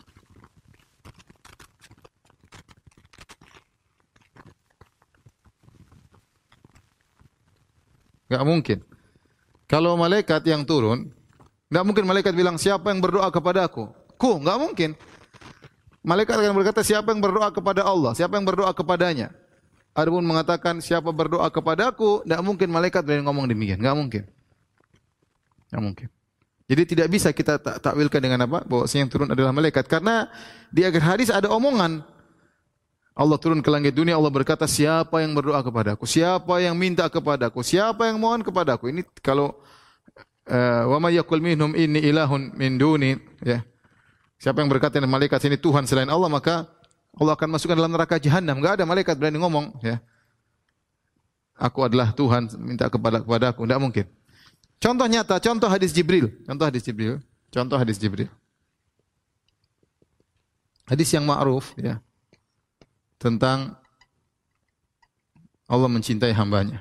Enggak mungkin. Kalau malaikat yang turun, enggak mungkin malaikat bilang siapa yang berdoa kepada aku. Ku, enggak mungkin. Malaikat akan berkata siapa yang berdoa kepada Allah, siapa yang berdoa kepadanya. Adapun mengatakan siapa berdoa kepadaku, tidak mungkin malaikat berani ngomong demikian, enggak mungkin. Enggak mungkin. Jadi tidak bisa kita tak takwilkan dengan apa? Bahwa yang turun adalah malaikat, karena di akhir hadis ada omongan. Allah turun ke langit dunia, Allah berkata, siapa yang berdoa kepadaku, siapa yang minta kepadaku, siapa yang mohon kepadaku. Ini kalau uh, wa may yaqul minhum inni ilahun min duni, ya. Siapa yang berkata dengan malaikat ini Tuhan selain Allah, maka Allah akan masukkan dalam neraka jahanam. Enggak ada malaikat berani ngomong, ya. Aku adalah Tuhan, minta kepada kepadaku, enggak mungkin. Contoh nyata, contoh hadis Jibril, contoh hadis Jibril, contoh hadis Jibril. Hadis yang ma'ruf, ya. Tentang Allah mencintai hambanya.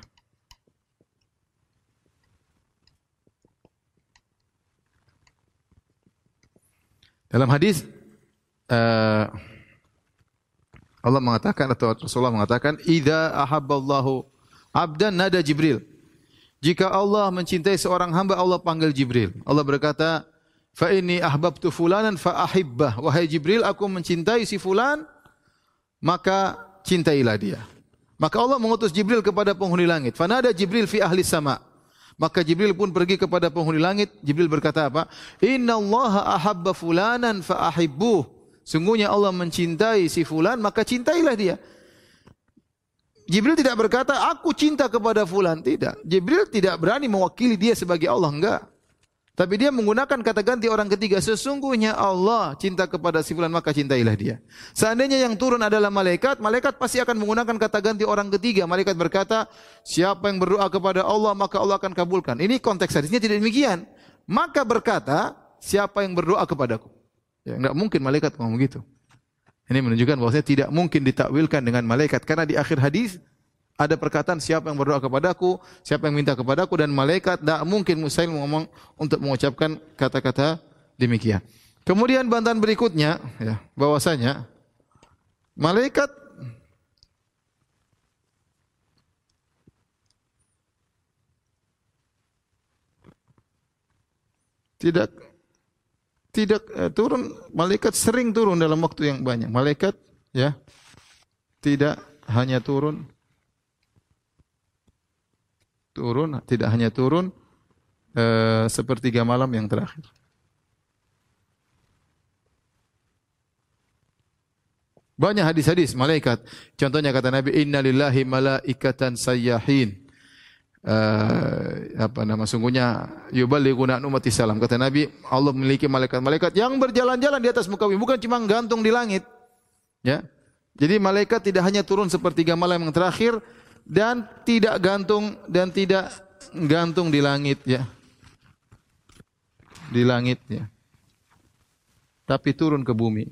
Dalam hadis uh, Allah mengatakan atau Rasulullah mengatakan, "Idza ahabballahu 'abdan nada Jibril." Jika Allah mencintai seorang hamba, Allah panggil Jibril. Allah berkata, "Fa inni ahbabtu fulanan fa ahibbah." Wahai Jibril, aku mencintai si fulan, maka cintailah dia. Maka Allah mengutus Jibril kepada penghuni langit. Fanada Jibril fi ahli sama. Maka Jibril pun pergi kepada penghuni langit. Jibril berkata apa? Innallaha ahabba fulanan fa ahibbuh. Sungguhnya Allah mencintai si fulan, maka cintailah dia. Jibril tidak berkata, aku cinta kepada fulan. Tidak. Jibril tidak berani mewakili dia sebagai Allah. Enggak. Tapi dia menggunakan kata ganti orang ketiga. Sesungguhnya Allah cinta kepada si fulan, maka cintailah dia. Seandainya yang turun adalah malaikat, malaikat pasti akan menggunakan kata ganti orang ketiga. Malaikat berkata, siapa yang berdoa kepada Allah, maka Allah akan kabulkan. Ini konteks hadisnya tidak demikian. Maka berkata, siapa yang berdoa kepadaku. Ya, enggak mungkin malaikat ngomong begitu. Ini menunjukkan bahwasanya tidak mungkin ditakwilkan dengan malaikat. Karena di akhir hadis, ada perkataan siapa yang berdoa kepadaku, siapa yang minta kepadaku, dan malaikat tidak mungkin mustahil ngomong untuk mengucapkan kata-kata demikian. Kemudian bantahan berikutnya, ya, bahwasanya malaikat tidak tidak eh, turun, malaikat sering turun dalam waktu yang banyak. Malaikat, ya, tidak hanya turun turun, tidak hanya turun uh, sepertiga malam yang terakhir. Banyak hadis-hadis malaikat. Contohnya kata Nabi, Inna lillahi malaikatan sayyahin. Uh, apa nama sungguhnya yuballighuna an ummati salam. Kata Nabi, Allah memiliki malaikat-malaikat yang berjalan-jalan di atas muka bumi, bukan cuma gantung di langit. Ya. Jadi malaikat tidak hanya turun sepertiga malam yang terakhir, dan tidak gantung dan tidak gantung di langit, ya. Di langit, ya. Tapi turun ke bumi.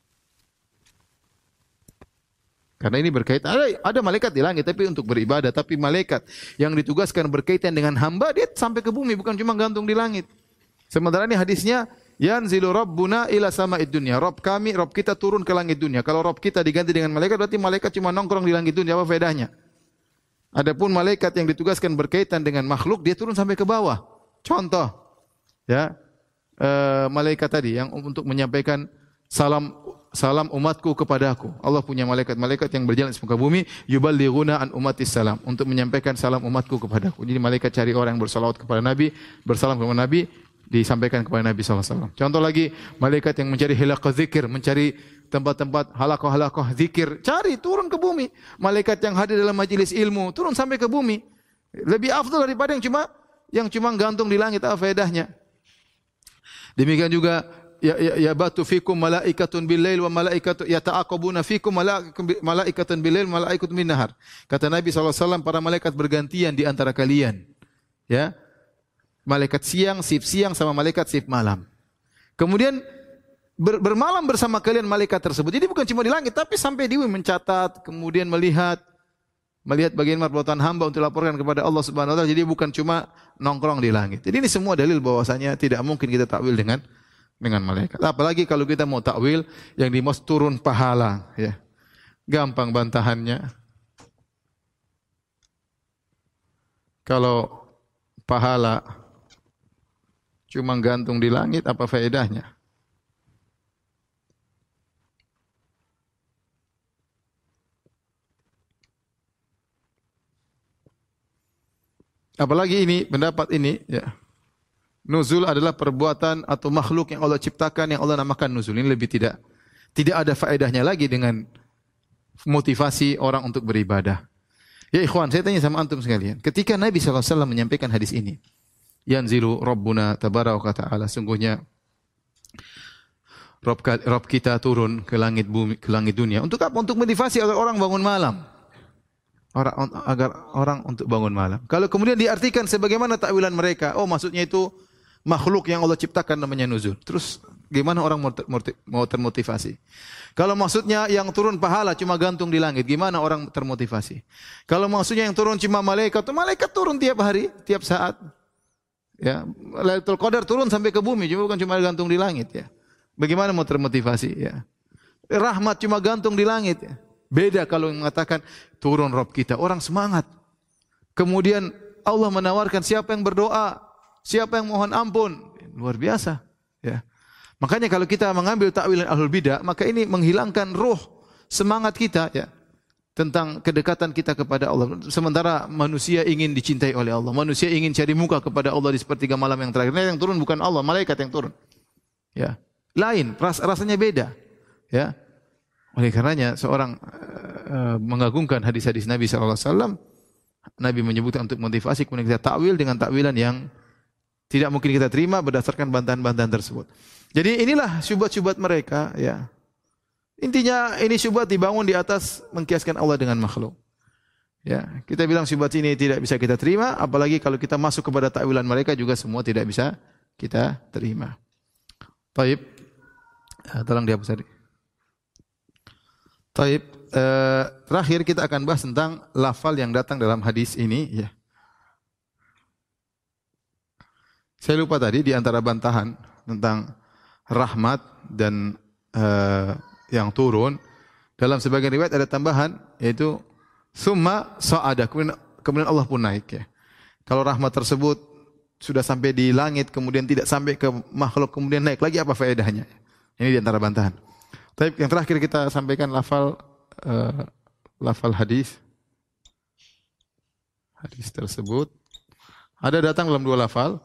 Karena ini berkaitan, ada, ada malaikat di langit tapi untuk beribadah, tapi malaikat yang ditugaskan berkaitan dengan hamba, dia sampai ke bumi, bukan cuma gantung di langit. Sementara ini hadisnya, yanzilu rabbuna ila sama'id dunya. Rabb kami, Rabb kita turun ke langit dunia. Kalau Rabb kita diganti dengan malaikat, berarti malaikat cuma nongkrong di langit dunia, apa faedahnya? Adapun malaikat yang ditugaskan berkaitan dengan makhluk, dia turun sampai ke bawah. Contoh, ya, e, malaikat tadi yang untuk menyampaikan salam salam umatku kepadaku. Allah punya malaikat-malaikat yang berjalan di muka bumi, yuballighuna an umatis salam, untuk menyampaikan salam umatku kepadaku. Jadi malaikat cari orang yang bersalawat kepada Nabi, bersalam kepada Nabi, disampaikan kepada Nabi sallallahu alaihi wasallam. Contoh lagi, malaikat yang mencari hilaqah zikir, mencari tempat-tempat halaqah-halaqah zikir, cari turun ke bumi. Malaikat yang hadir dalam majelis ilmu turun sampai ke bumi. Lebih afdal daripada yang cuma yang cuma gantung di langit, apa faedahnya? Demikian juga ya ya, ya batu fikum malaikatun bil-lail wa malaikatu yata'aqabuna fikum malaikatun bil-lail wa malaikatun bin-nahar. Kata Nabi sallallahu alaihi wasallam, para malaikat bergantian di antara kalian. Ya. Malaikat siang, sif siang sama malaikat sif malam. Kemudian ber, bermalam bersama kalian malaikat tersebut. Jadi bukan cuma di langit, tapi sampai di bumi mencatat, kemudian melihat melihat bagaimana perbuatan hamba untuk laporkan kepada Allah Subhanahu wa taala. Jadi bukan cuma nongkrong di langit. Jadi ini semua dalil bahwasanya tidak mungkin kita takwil dengan dengan malaikat. Apalagi kalau kita mau takwil yang di mos turun pahala, ya. Gampang bantahannya. Kalau pahala cuma gantung di langit, apa faedahnya? Apalagi ini pendapat ini ya. Nuzul adalah perbuatan atau makhluk yang Allah ciptakan yang Allah namakan nuzul. Ini lebih tidak tidak ada faedahnya lagi dengan motivasi orang untuk beribadah. Ya ikhwan, saya tanya sama antum sekalian. Ketika Nabi sallallahu alaihi wasallam menyampaikan hadis ini, yanzilu rabbuna tabaraka wa ta'ala, sungguhnya Rob, Rob kita turun ke langit bumi, ke langit dunia. Untuk apa? Untuk motivasi agar orang bangun malam. Orang, agar orang untuk bangun malam. Kalau kemudian diartikan sebagaimana takwilan mereka, oh maksudnya itu makhluk yang Allah ciptakan namanya nuzul. Terus gimana orang mau termotivasi? Kalau maksudnya yang turun pahala cuma gantung di langit, gimana orang termotivasi? Kalau maksudnya yang turun cuma malaikat, malaikat turun tiap hari, tiap saat. Ya, Lailatul Qadar turun sampai ke bumi, cuma bukan cuma gantung di langit ya. Bagaimana mau termotivasi ya? Rahmat cuma gantung di langit ya. Beda kalau mengatakan turun Rabb kita, orang semangat. Kemudian Allah menawarkan siapa yang berdoa, siapa yang mohon ampun, luar biasa ya. Makanya kalau kita mengambil takwilan ahlul bidah, maka ini menghilangkan ruh semangat kita ya tentang kedekatan kita kepada Allah. Sementara manusia ingin dicintai oleh Allah, manusia ingin cari muka kepada Allah di sepertiga malam yang terakhir. Nah, yang turun bukan Allah, malaikat yang turun. Ya, lain, ras rasanya beda. Ya, oleh karenanya seorang uh, mengagungkan hadis-hadis Nabi sallallahu alaihi wasallam. Nabi menyebutkan untuk motivasi, kemudian kita takwil dengan takwilan yang tidak mungkin kita terima berdasarkan bantahan-bantahan tersebut. Jadi inilah syubhat-syubhat mereka ya. Intinya ini syubhat dibangun di atas mengkiaskan Allah dengan makhluk. Ya, kita bilang syubhat ini tidak bisa kita terima, apalagi kalau kita masuk kepada takwilan mereka juga semua tidak bisa kita terima. Taib. Uh, tolong dihapus tadi. Taib. Uh, terakhir kita akan bahas tentang lafal yang datang dalam hadis ini ya. Saya lupa tadi di antara bantahan tentang rahmat dan uh, yang turun, dalam sebagian riwayat ada tambahan yaitu summa sa'ada, kemudian, kemudian Allah pun naik ya. Kalau rahmat tersebut sudah sampai di langit kemudian tidak sampai ke makhluk kemudian naik lagi, apa faedahnya? Ini di antara bantahan. Tapi yang terakhir kita sampaikan lafal uh, lafal hadis. Hadis tersebut ada datang dalam dua lafal.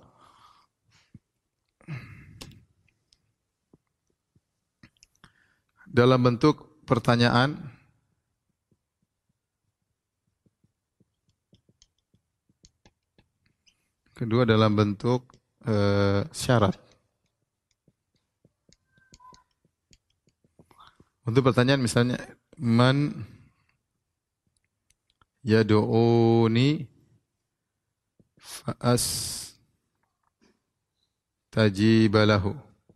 Dalam bentuk pertanyaan, kedua dalam bentuk uh, syarat. Untuk pertanyaan misalnya, man yad'uni fa'as tajibalahu.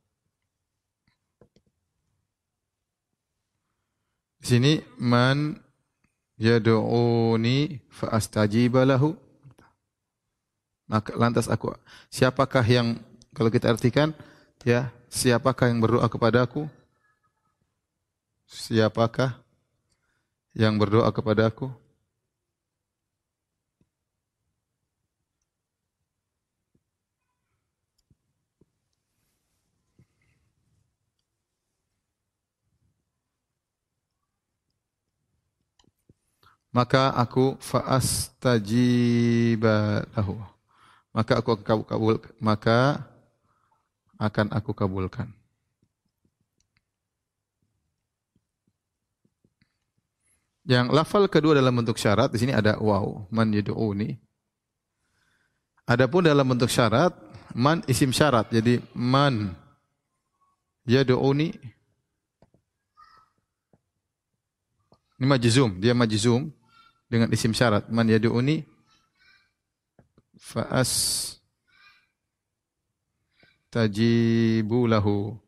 Di sini man yad'uni fa'astajibalahu. Maka lantas aku, siapakah yang, kalau kita artikan ya, siapakah yang berdoa kepadaku? Siapakah yang berdoa kepadaku? Maka aku fa'astajibalahu. Maka aku akan kabul, maka akan aku kabulkan. Yang lafal kedua dalam bentuk syarat, di sini ada waw, man yad'uni. Adapun dalam bentuk syarat, man isim syarat. Jadi man yad'uni, ini majzum, dia majzum dengan isim syarat. Man yad'uni fa'as tajibu lahu.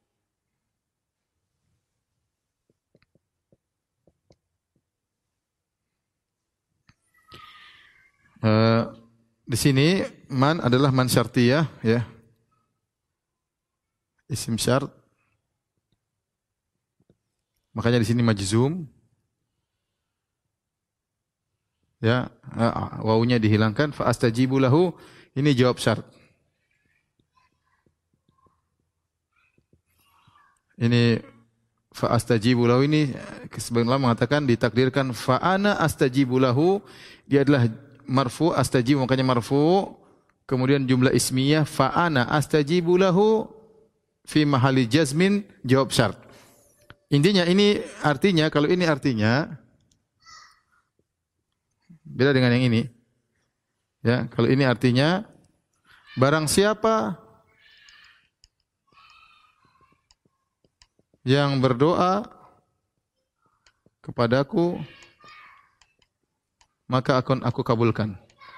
Uh, di sini man adalah man syartiyah ya. Isim syart. Makanya di sini majzum. Ya, uh, wawunya dihilangkan, fa astajibu lahu, ini jawab syarat. Ini fa astajibu lahu ini sebagian ulama mengatakan ditakdirkan fa ana astajibu lahu, dia adalah marfu, astajibu makanya marfu. Kemudian jumlah ismiyah fa ana astajibu lahu fi mahalli jazmin jawab syart. Intinya ini artinya, kalau ini artinya beda dengan yang ini. Ya, kalau ini artinya barang siapa yang berdoa kepadaku maka akan aku kabulkan.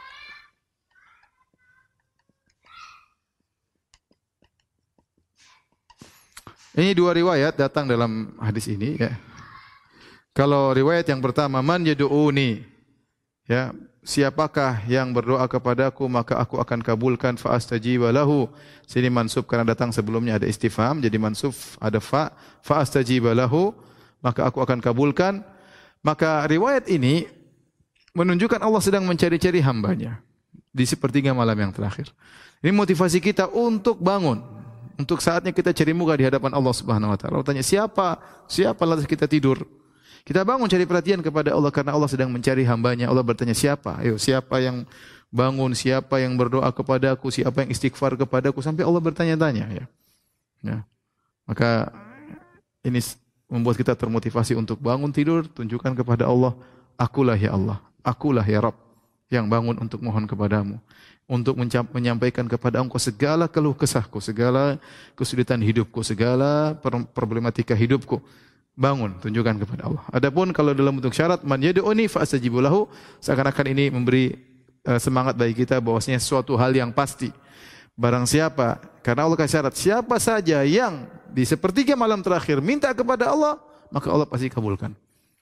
Ini dua riwayat datang dalam hadis ini ya. Kalau riwayat yang pertama man yad'uni ya, siapakah yang berdoa kepadaku maka aku akan kabulkan fa astajiba lahu. Sini mansub karena datang sebelumnya ada istifham jadi mansub ada fa fa astajiba lahu maka aku akan kabulkan. Maka riwayat ini menunjukkan Allah sedang mencari-cari hambanya di sepertiga malam yang terakhir. Ini motivasi kita untuk bangun, untuk saatnya kita cari muka di hadapan Allah Subhanahu wa taala. Allah tanya, siapa? Siapa lantas kita tidur? Kita bangun cari perhatian kepada Allah karena Allah sedang mencari hambanya. Allah bertanya, siapa? Ayo, siapa yang bangun? Siapa yang berdoa kepadaku? Siapa yang istighfar kepadaku? Sampai Allah bertanya-tanya ya. Ya. Maka ini membuat kita termotivasi untuk bangun tidur, tunjukkan kepada Allah, akulah ya Allah. Akulah ya Rabb yang bangun untuk mohon kepadamu, untuk menyampaikan kepada Engkau segala keluh kesahku, segala kesulitan hidupku, segala problematika hidupku. Bangun, tunjukkan kepada Allah. Adapun kalau dalam bentuk syarat man yad'uni fa astajibu lahu, seakan-akan ini memberi uh, semangat bagi kita bahwasanya suatu hal yang pasti. Barang siapa, karena Allah kasih syarat, siapa saja yang di sepertiga malam terakhir minta kepada Allah, maka Allah pasti kabulkan.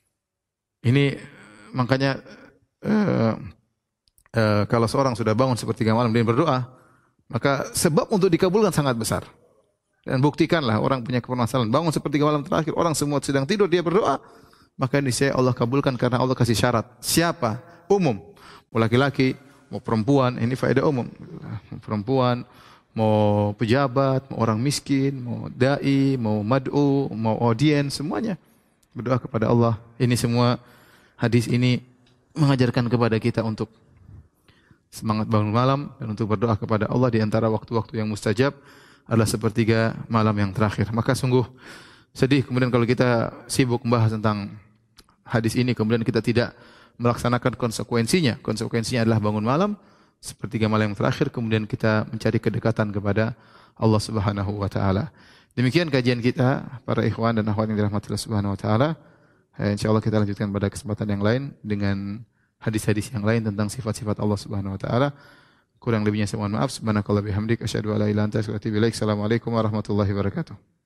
Ini makanya Uh, uh, kalau seorang sudah bangun sepertiga malam dan berdoa, maka sebab untuk dikabulkan sangat besar. Dan buktikanlah orang punya permasalahan, bangun sepertiga malam terakhir, orang semua sedang tidur, dia berdoa, maka ini saya Allah kabulkan karena Allah kasih syarat. Siapa? Umum. Mau laki-laki, mau perempuan, ini faedah umum. Mau perempuan, mau pejabat, mau orang miskin, mau dai, mau mad'u, mau audiens, semuanya berdoa kepada Allah. Ini semua hadis ini mengajarkan kepada kita untuk semangat bangun malam dan untuk berdoa kepada Allah di antara waktu-waktu yang mustajab adalah sepertiga malam yang terakhir. Maka sungguh sedih kemudian kalau kita sibuk membahas tentang hadis ini kemudian kita tidak melaksanakan konsekuensinya. Konsekuensinya adalah bangun malam sepertiga malam yang terakhir kemudian kita mencari kedekatan kepada Allah Subhanahu wa taala. Demikian kajian kita para ikhwan dan akhwat yang dirahmati Allah Subhanahu wa taala. InsyaAllah kita lanjutkan pada kesempatan yang lain dengan hadis-hadis yang lain tentang sifat-sifat Allah Subhanahu wa taala. Kurang lebihnya saya mohon maaf. Subhanakallah bihamdik asyhadu an la ilaha illa anta astaghfiruka wa atubu ilaik. Assalamualaikum warahmatullahi wabarakatuh.